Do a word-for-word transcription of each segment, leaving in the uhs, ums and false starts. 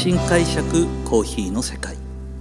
新解釈コーヒーの世界。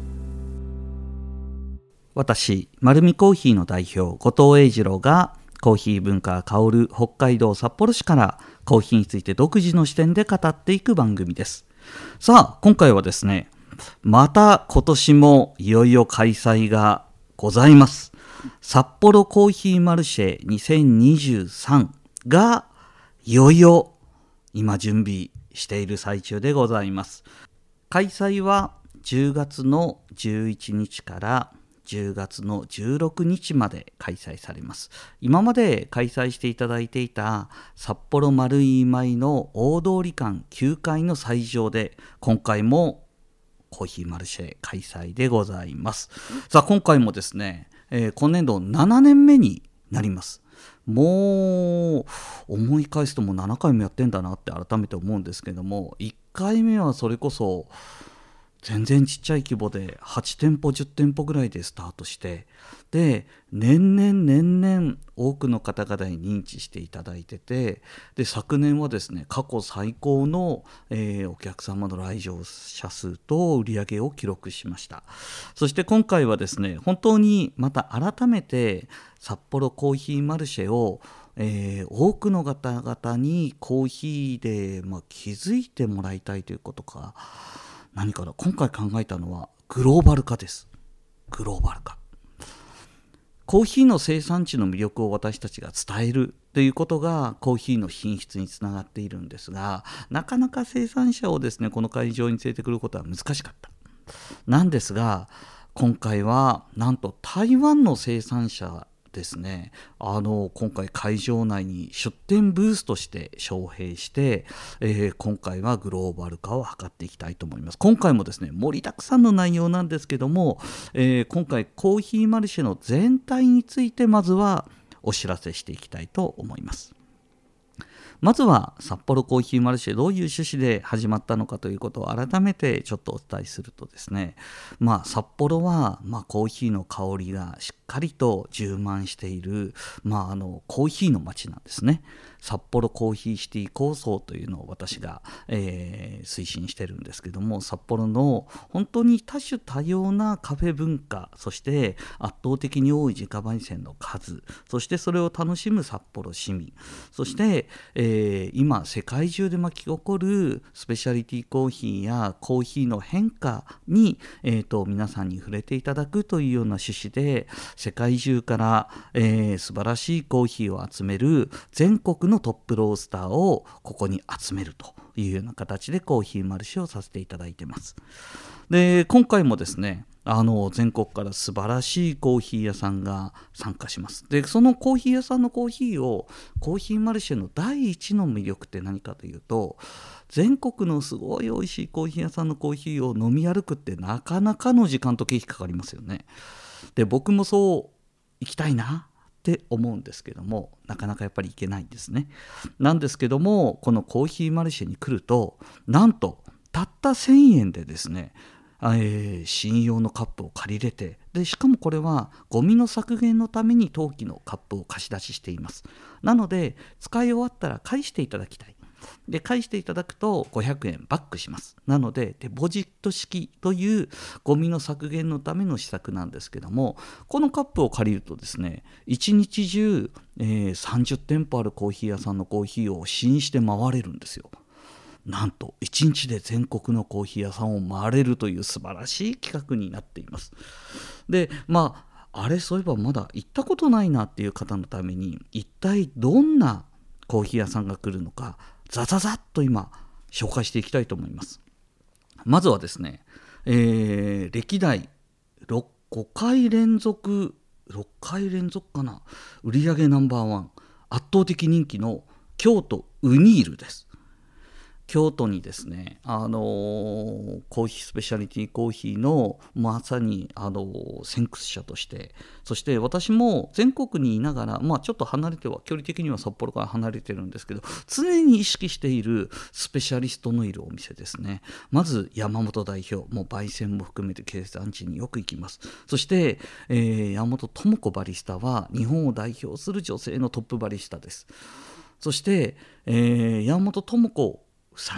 私丸見コーヒーの代表後藤英二郎がコーヒー文化が香る北海道札幌市からコーヒーについて独自の視点で語っていく番組です。さあ今回はですね、また今年もいよいよ開催がございます。札幌コーヒーマルシェにせんにじゅうさんがいよいよ今準備している最中でございます。開催はじゅうがつのじゅういちにちからじゅうがつのじゅうろくにちまで開催されます。今まで開催していただいていた札幌丸井舞の大通館きゅうかいの斎場で今回もコーヒーマルシェ開催でございます。さあ今回もですね、えー、今年度ななねんめになります。もう思い返すともうななかいもやってんだなって改めて思うんですけども、いっかいめはそれこそ全然ちっちゃい規模ではちてんぽじゅってんぽぐらいでスタートして、で年々年々多くの方々に認知していただいてて、で昨年はですね過去最高の、えー、お客様の来場者数と売り上げを記録しました。そして今回はですね本当にまた改めて札幌コーヒーマルシェをえー、多くの方々にコーヒーで、まあ、気づいてもらいたいということか何かな。今回考えたのはグローバル化です。グローバル化、コーヒーの生産地の魅力を私たちが伝えるということがコーヒーの品質につながっているんですが、なかなか生産者をですねこの会場に連れてくることは難しかったなんですが、今回はなんと台湾の生産者ですね、あの今回会場内に出店ブースとして招聘して、えー、今回はグローバル化を図っていきたいと思います。今回もですね盛りだくさんの内容なんですけども、えー、今回コーヒーマルシェの全体についてまずはお知らせしていきたいと思います。まずは札幌コーヒーマルシェどういう趣旨で始まったのかということを改めてちょっとお伝えするとですね、まあ、札幌は、まあ、コーヒーの香りがしっかりと充満している、まあ、あのコーヒーの街なんですね。札幌コーヒーシティ構想というのを私が、えー、推進してるんですけども、札幌の本当に多種多様なカフェ文化、そして圧倒的に多い自家焙煎の数、そしてそれを楽しむ札幌市民、そして、えー、今世界中で巻き起こるスペシャリティコーヒーやコーヒーの変化に、えー、と皆さんに触れていただくというような趣旨で世界中から、えー、素晴らしいコーヒーを集める全国のトップロースターをここに集めるというような形でコーヒーマルシェをさせていただいています。で今回もですねあの全国から素晴らしいコーヒー屋さんが参加します。でそのコーヒー屋さんのコーヒーをコーヒーマルシェの第一の魅力って何かというと、全国のすごい美味しいコーヒー屋さんのコーヒーを飲み歩くってなかなかの時間と経費かかりますよね。で僕もそう行きたいなって思うんですけども、なかなかやっぱり行けないんですね。なんですけどもこのコーヒーマルシェに来るとなんとたったせんえんでですね、えー、試飲用のカップを借りれて、でしかもこれはゴミの削減のために陶器のカップを貸し出ししています。なので使い終わったら返していただきたい。で返していただくとごひゃくえんバックします。なのでデポジット式というゴミの削減のための施策なんですけども、このカップを借りるとですね一日中、えー、さんじゅってんぽあるコーヒー屋さんのコーヒーを試飲して回れるんですよ。なんといちにちで全国のコーヒー屋さんを回れるという素晴らしい企画になっています。でまああれそういえばまだ行ったことないなっていう方のために一体どんなコーヒー屋さんが来るのかザザザッと今紹介していきたいと思います。まずはですね、えー、歴代ごかい連続ろっかい連続かな売上ナンバーワン圧倒的人気の京都ウニールです。京都にですね、あのー、コーヒースペシャリティコーヒーのまさに、あのー、先駆者として、そして私も全国にいながら、まあ、ちょっと離れては距離的には札幌から離れてるんですけど常に意識しているスペシャリストのいるお店ですね。まず山本代表、もう焙煎も含めて生産地によく行きます。そして、えー、山本智子バリスタは日本を代表する女性のトップバリスタです。そして、えー、山本智子夫妻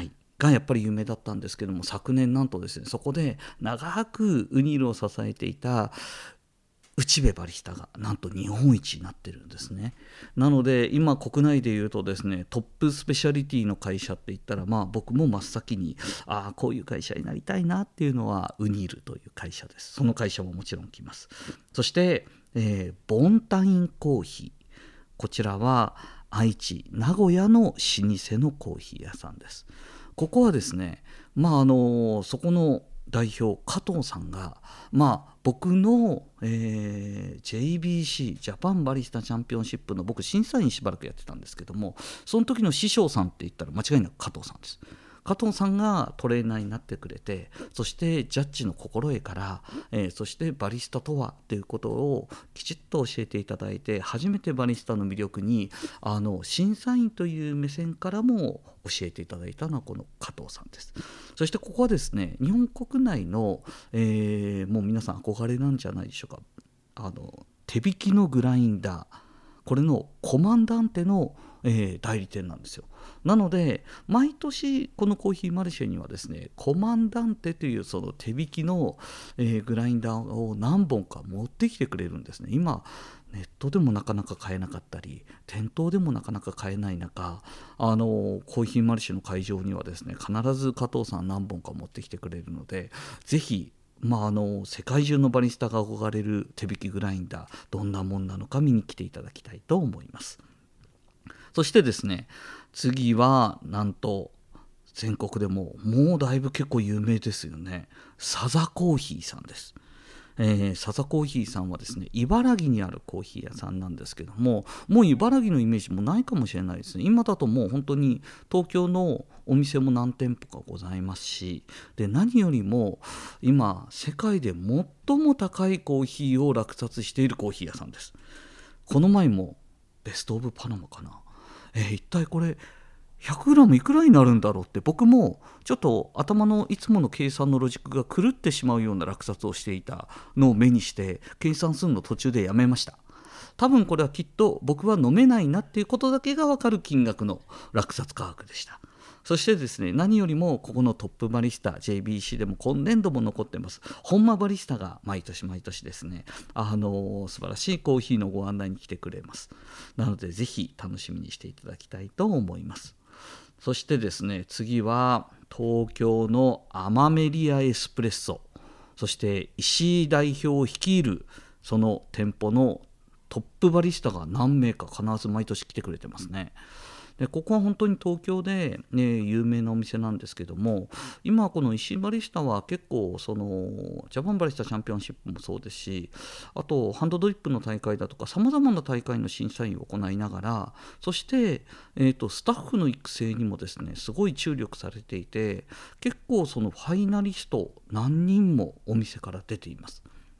がやっぱり有名だったんですけども、昨年なんとですねそこで長くウニールを支えていた内部バリスタがなんと日本一になってるんですね。なので今国内でいうとですねトップスペシャリティの会社って言ったら、まあ僕も真っ先にああこういう会社になりたいなっていうのはウニールという会社です。その会社ももちろん来ます。そして、えーボンタインコーヒー、こちらは愛知名古屋の老舗のコーヒー屋さんです。ここはですねまああのそこの代表加藤さんが、まあ、僕の、えー ジェイビーシー ジャパンバリスタチャンピオンシップの僕審査員しばらくやってたんですけども、その時の師匠さんって言ったら間違いなく加藤さんです。加藤さんがトレーナーになってくれて、そしてジャッジの心得から、えーそしてバリスタとはということをきちっと教えていただいて、初めてバリスタの魅力にあの審査員という目線からも教えていただいたのはこの加藤さんです。そしてここはですね日本国内の、えーもう皆さん憧れなんじゃないでしょうか、あの手引きのグラインダー、これのコマンダンテの、えー代理店なんですよ。なので毎年このコーヒーマルシェにはですねコマンダンテというその手引きの、えーグラインダーを何本か持ってきてくれるんですね。今ネットでもなかなか買えなかったり店頭でもなかなか買えない中、あのコーヒーマルシェの会場にはですね必ず加藤さん何本か持ってきてくれるので、ぜひまあ、あの世界中のバリスタが憧れる手引きグラインダーどんなもんなのか見に来ていただきたいと思います。そしてですね次はなんと全国でももうだいぶ結構有名ですよね、サザコーヒーさんです。えーサザコーヒーさんはですね茨城にあるコーヒー屋さんなんですけども、もう茨城のイメージもないかもしれないですね。今だともう本当に東京のお店も何店舗かございますし、で何よりも今世界で最も高いコーヒーを落札しているコーヒー屋さんです。この前もベストオブパナマかな、えー一体これ ひゃくグラム いくらになるんだろうって僕もちょっと頭のいつもの計算のロジックが狂ってしまうような落札をしていたのを目にして計算するの途中でやめました。多分これはきっと僕は飲めないなっていうことだけが分かる金額の落札価格でした。そしてですね何よりもここのトップバリスタ ジェイビーシー でも今年度も残ってます本間バリスタが毎年毎年ですねあの素晴らしいコーヒーのご案内に来てくれます。なのでぜひ楽しみにしていただきたいと思います。そしてですね次は東京のアマメリアエスプレッソ、そして石井代表を率いるその店舗のトップバリスタが何名か必ず毎年来てくれてますね。でここは本当に東京で、ね、有名なお店なんですけども、今この石井バリスタは結構そのジャパンバリスタチャンピオンシップもそうですし、あとハンドドリップの大会だとかさまざまな大会の審査員を行いながら、そして、えーとスタッフの育成にもですねすごい注力されていて、結構そのファイナリスト何人もお店から出ています。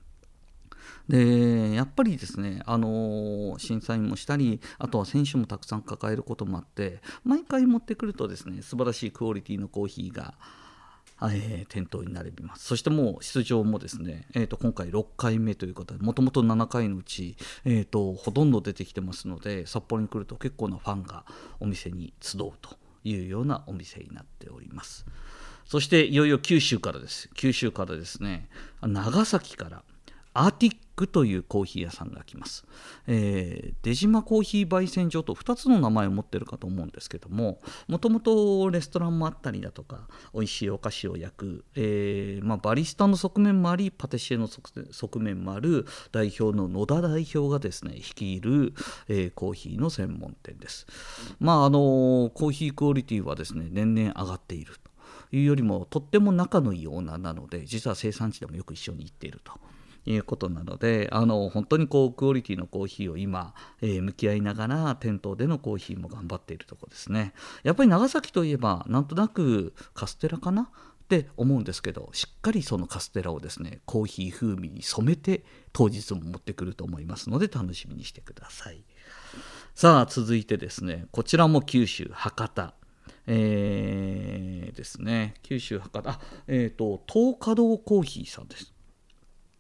でやっぱりですね、あの審査員もしたり、あとは選手もたくさん抱えることもあって、毎回持ってくるとですね素晴らしいクオリティのコーヒーが、えー店頭に並びます。そしてもう出場もですね、えー、と今回ろっかいめということで、もともとななかいのうち、えー、とほとんど出てきてますので、札幌に来ると結構なファンがお店に集うというようなお店になっております。そしていよいよ九州からです。九州からですね、長崎からアーティックというコーヒー屋さんが来ます。えー出島コーヒー焙煎所とふたつの名前を持ってるかと思うんですけども、もともとレストランもあったりだとか、美味しいお菓子を焼く、えーまあ、バリスタの側面もありパティシエの側側面もある代表の野田代表がですね率いる、えーコーヒーの専門店です。まああのコーヒークオリティはですね年々上がっているというよりも、とっても仲のいいオーナーなので、実は生産地でもよく一緒に行っているということなので、あの本当にこうクオリティのコーヒーを今、えー向き合いながら店頭でのコーヒーも頑張っているところですね。やっぱり長崎といえばなんとなくカステラかなって思うんですけど、しっかりそのカステラをですねコーヒー風味に染めて当日も持ってくると思いますので楽しみにしてください。さあ続いてですね、こちらも九州博多、えーですね九州博多、あえーと東華堂コーヒーさんです。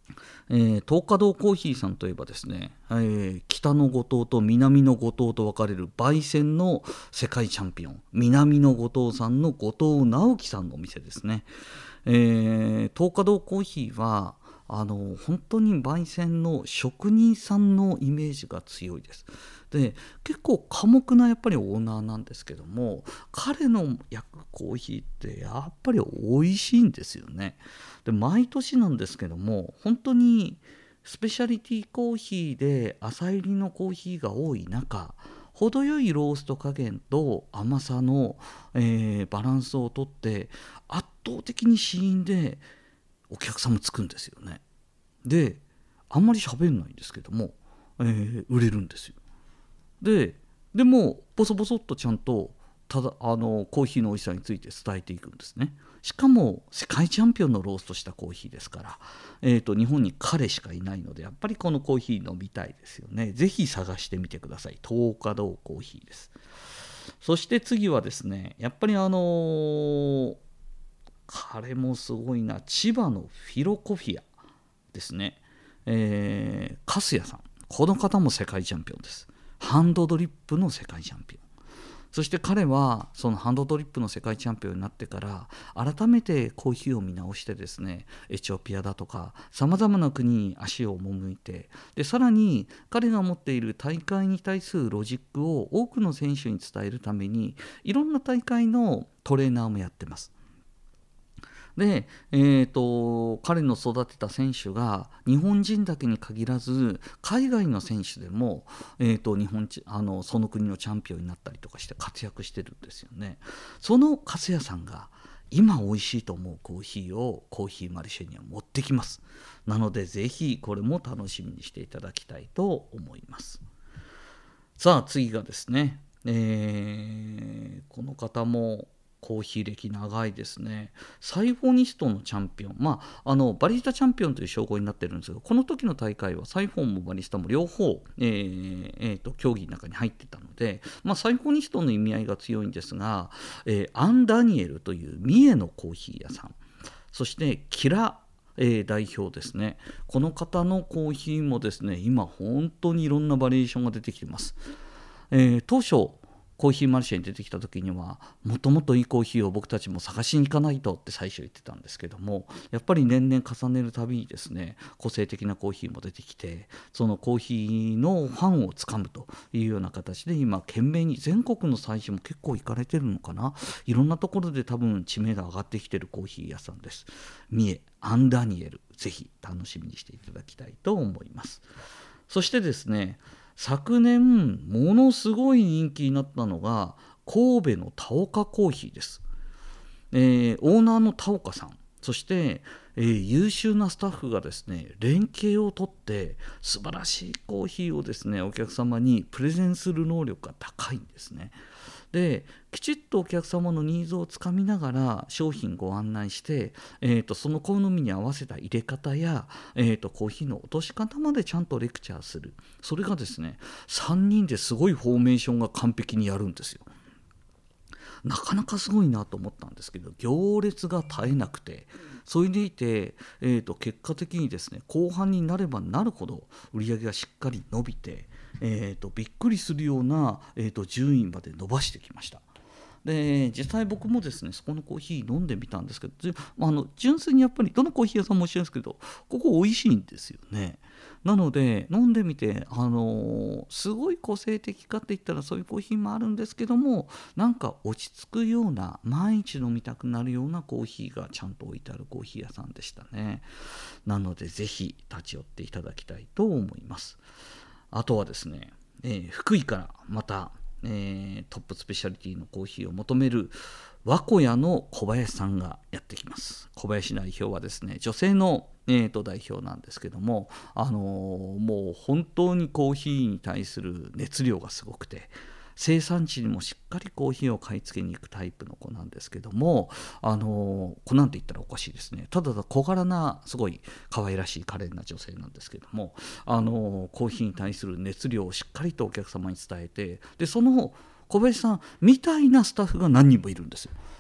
えー、東華堂コーヒーさんといえばですね、えー、北の五島と南の五島と分かれる焙煎の世界チャンピオン、南の五島さんの後藤直樹さんのお店ですね。えー、東華堂コーヒーはあの本当に焙煎の職人さんのイメージが強いです。で結構寡黙なやっぱりオーナーなんですけども、彼の焼くコーヒーってやっぱり美味しいんですよね。で毎年なんですけども、本当にスペシャリティコーヒーで浅入りのコーヒーが多い中、程よいロースト加減と甘さの、えーバランスをとって圧倒的に試飲でお客さんもつくんですよね。であんまり喋んないんですけども、えー売れるんですよ。ででもボソボソっとちゃんとただあのコーヒーの美味しさについて伝えていくんですね。しかも世界チャンピオンのローストしたコーヒーですから、えーと日本に彼しかいないので、やっぱりこのコーヒー飲みたいですよね。ぜひ探してみてください。東華堂コーヒーです。そして次はですね、やっぱりあのー彼もすごいな、千葉のフィロコフィアですね。えー、粕谷さん、この方も世界チャンピオンです。ハンドドリップの世界チャンピオン。そして彼はそのハンドドリップの世界チャンピオンになってから改めてコーヒーを見直してですね、エチオピアだとかさまざまな国に足を赴いて、でさらに彼が持っている大会に対するロジックを多くの選手に伝えるためにいろんな大会のトレーナーもやってます。で、えーと、彼の育てた選手が日本人だけに限らず海外の選手でも、えーと、日本あのその国のチャンピオンになったりとかして活躍してるんですよね。その粕谷さんが今美味しいと思うコーヒーをコーヒーマルシェには持ってきます。なのでぜひこれも楽しみにしていただきたいと思います。さあ次がですね、えーこの方もコーヒー歴長いですね。サイフォニストのチャンピオン、まあ、あのバリスタチャンピオンという称号になってるんですが、この時の大会はサイフォンもバリスタも両方、えーえーと競技の中に入ってたので、まあ、サイフォニストの意味合いが強いんですが、えーアン・ダニエルという三重のコーヒー屋さん、そしてキラえー代表ですね。この方のコーヒーもですね、今本当にいろんなバリエーションが出てきています。えー当初コーヒーマルシェに出てきた時にはもっともっといいコーヒーを僕たちも探しに行かないとって最初言ってたんですけども、やっぱり年々重ねるたびにですね、個性的なコーヒーも出てきて、そのコーヒーのファンをつかむというような形で今懸命に全国の催事も結構行かれてるのかな、いろんなところで多分知名度上がってきてるコーヒー屋さんです。三重アンダニエル、ぜひ楽しみにしていただきたいと思います。そしてですね、昨年ものすごい人気になったのが神戸の田岡コーヒーです。えーオーナーの田岡さん、そして、えー優秀なスタッフがですね連携をとって素晴らしいコーヒーをですねお客様にプレゼンする能力が高いんですね。できちっとお客様のニーズをつかみながら商品ご案内して、えーとその好みに合わせた入れ方や、えーとコーヒーの落とし方までちゃんとレクチャーする。それがですねさんにんですごいフォーメーションが完璧にやるんですよ。なかなかすごいなと思ったんですけど、行列が絶えなくて、それでいて、えーと結果的にですね後半になればなるほど売り上げがしっかり伸びて、えーとびっくりするような、えーと順位まで伸ばしてきました。で実際僕もですねそこのコーヒー飲んでみたんですけど、じあの純粋にやっぱりどのコーヒー屋さんも一緒ですけど、ここ美味しいんですよね。なので飲んでみて、あのーすごい個性的かって言ったらそういうコーヒーもあるんですけども、なんか落ち着くような毎日飲みたくなるようなコーヒーがちゃんと置いてあるコーヒー屋さんでしたね。なのでぜひ立ち寄っていただきたいと思います。あとはですね、えー福井からまた、えートップスペシャリティのコーヒーを求める和子屋の小林さんがやってきます。小林代表はですね女性の、えーと代表なんですけども、あのーもう本当にコーヒーに対する熱量がすごくて、生産地にもしっかりコーヒーを買い付けに行くタイプの子なんですけども、あの子なんて言ったらおかしいですね。ただ小柄なすごい可愛らしい可憐な女性なんですけども、あのコーヒーに対する熱量をしっかりとお客様に伝えて、でその小林さんみたいなスタッフが何人もいるんですよ。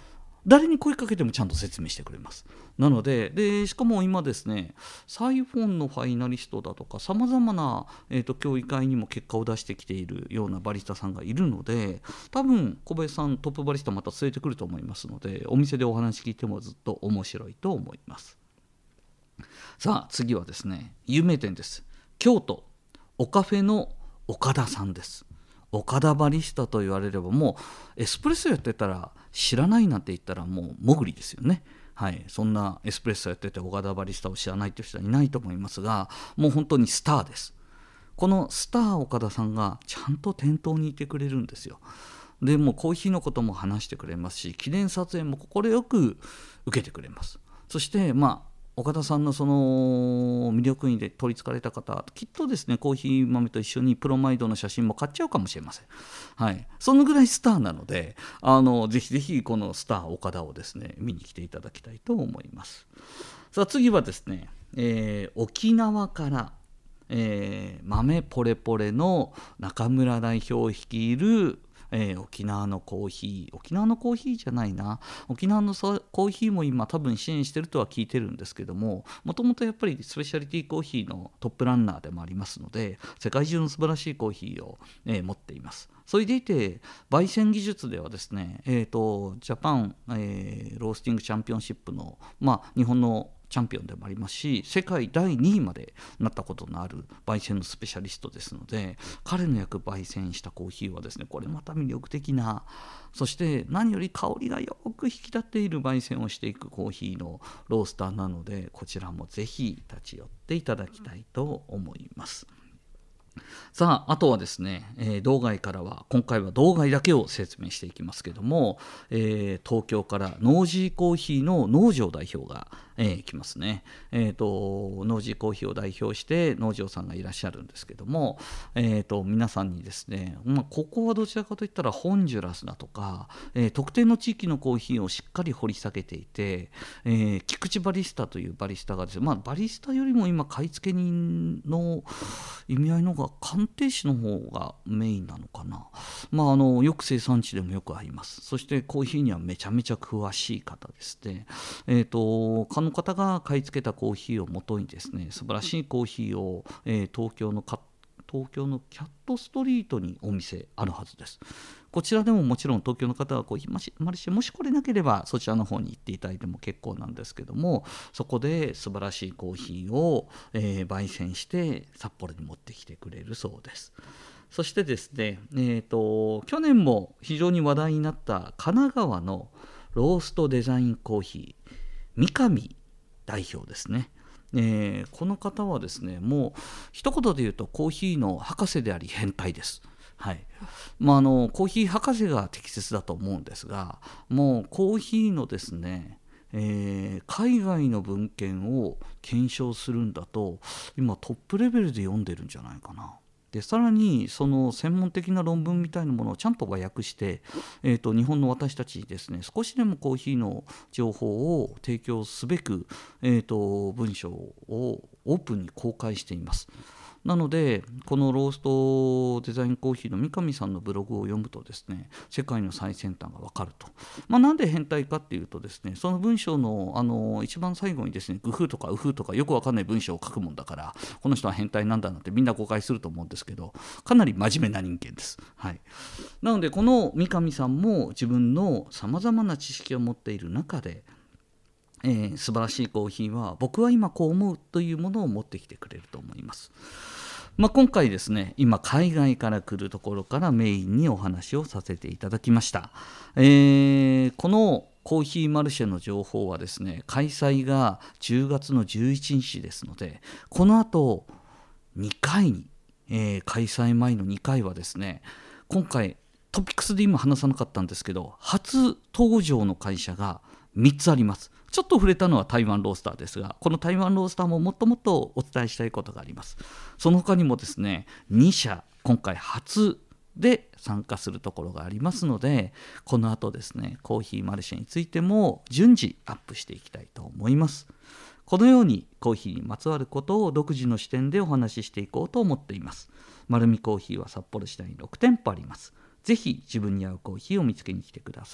誰に声かけてもちゃんと説明してくれます。なので、でしかも今ですね、サイフォンのファイナリストだとかさまざまな、えーと、競技会にも結果を出してきているようなバリスタさんがいるので、多分小林さんトップバリスタまた連れてくると思いますので、お店でお話聞いてもずっと面白いと思います。さあ次はですね、有名店です。京都オカフェの岡田さんです。岡田バリスタと言われれば、もうエスプレッソやってたら知らないなんて言ったらもうもぐりですよね。はい、そんなエスプレッソやってて岡田バリスタを知らないという人はいないと思いますが、もう本当にスターです。このスター岡田さんがちゃんと店頭にいてくれるんですよ。でもうコーヒーのことも話してくれますし、記念撮影も快く受けてくれます。そしてまあ岡田さんのその魅力にで取りつかれた方、きっとですねコーヒー豆と一緒にプロマイドの写真も買っちゃうかもしれません。はい、そのぐらいスターなので、あのぜひぜひこのスター岡田をですね見に来ていただきたいと思います。さあ次はですね、えー、沖縄から、えー、豆ポレポレの中村代表を率いるえー、沖縄のコーヒー沖縄のコーヒーじゃないな沖縄のコーヒーも今多分支援してるとは聞いてるんですけども、もともとやっぱりスペシャリティコーヒーのトップランナーでもありますので、世界中の素晴らしいコーヒーを、えー、持っています。それでいて焙煎技術ではですね、えーと、ジャパン、えー、ロースティングチャンピオンシップの、まあ、日本のチャンピオンでもありますし、世界だいにいまでなったことのある焙煎のスペシャリストですので、彼の焼く焙煎したコーヒーはですね、これまた魅力的な、そして何より香りがよく引き立っている焙煎をしていくコーヒーのロースターなので、こちらもぜひ立ち寄っていただきたいと思います。さあ、あとはですね、えー、道外からは今回は道外だけを説明していきますけども、えー、東京からノージーコーヒーの農場代表が、えー、来ますね。えーと、ノージーコーヒーを代表して農場さんがいらっしゃるんですけども、えーと、皆さんにですね、まあ、ここはどちらかといったらホンジュラスだとか、えー、特定の地域のコーヒーをしっかり掘り下げていて、えー、菊池バリスタというバリスタがですね、まあ、バリスタよりも今買い付け人の意味合いの方が鑑定士の方がメインなのかな、まあ、あのよく生産地でもよくあります。そしてコーヒーにはめちゃめちゃ詳しい方ですね。えーと、この方が買い付けたコーヒーをもとにですね、素晴らしいコーヒーを、えー、東京のカッ東京のキャットストリートにお店あるはずです。こちらでももちろん東京の方はコーヒーマルシェもし来れなければそちらの方に行っていただいても結構なんですけども、そこで素晴らしいコーヒーを、えー、焙煎して札幌に持ってきてくれるそうです。そしてですね、えーと、去年も非常に話題になった神奈川のローストデザインコーヒー三上代表ですね。えー、この方はですね、もう一言で言うとコーヒーの博士であり変態です。はい、まあ、あのコーヒー博士が適切だと思うんですが、もうコーヒーのですね、えー、海外の文献を検証するんだと今トップレベルで読んでるんじゃないかな。でさらにその専門的な論文みたいなものをちゃんと和訳して、えーと、日本の私たちにですね、少しでもコーヒーの情報を提供すべく、えーと、文章をオープンに公開しています。なのでこのローストデザインコーヒーの三上さんのブログを読むとですね、世界の最先端が分かると。まあ、なんで変態かっていうとですね、その文章 の, あの一番最後にですね、グフとかウフとかよく分かんない文章を書くもんだから、この人は変態なんだなってみんな誤解すると思うんですけど、かなり真面目な人間です。はい、なのでこの三上さんも自分のさまざまな知識を持っている中で、えー、素晴らしいコーヒーは僕は今こう思うというものを持ってきてくれると思います。まあ、今回ですね、今海外から来るところからメインにお話をさせていただきました。えー、このコーヒーマルシェの情報はですね、開催がじゅうがつのじゅういちにちですので、この後にかいに、えー、開催前のにかいはですね、今回トピックスで今話さなかったんですけど、初登場の会社がみっつあります。ちょっと触れたのは台湾ロースターですが、この台湾ロースターももっともっとお伝えしたいことがあります。その他にもですね、にしゃ今回初で参加するところがありますので、この後ですね、コーヒーマルシェについても順次アップしていきたいと思います。このようにコーヒーにまつわることを独自の視点でお話ししていこうと思っています。丸見コーヒーは札幌市内にろくてんぽあります。ぜひ自分に合うコーヒーを見つけに来てください。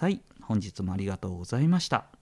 本日もありがとうございました。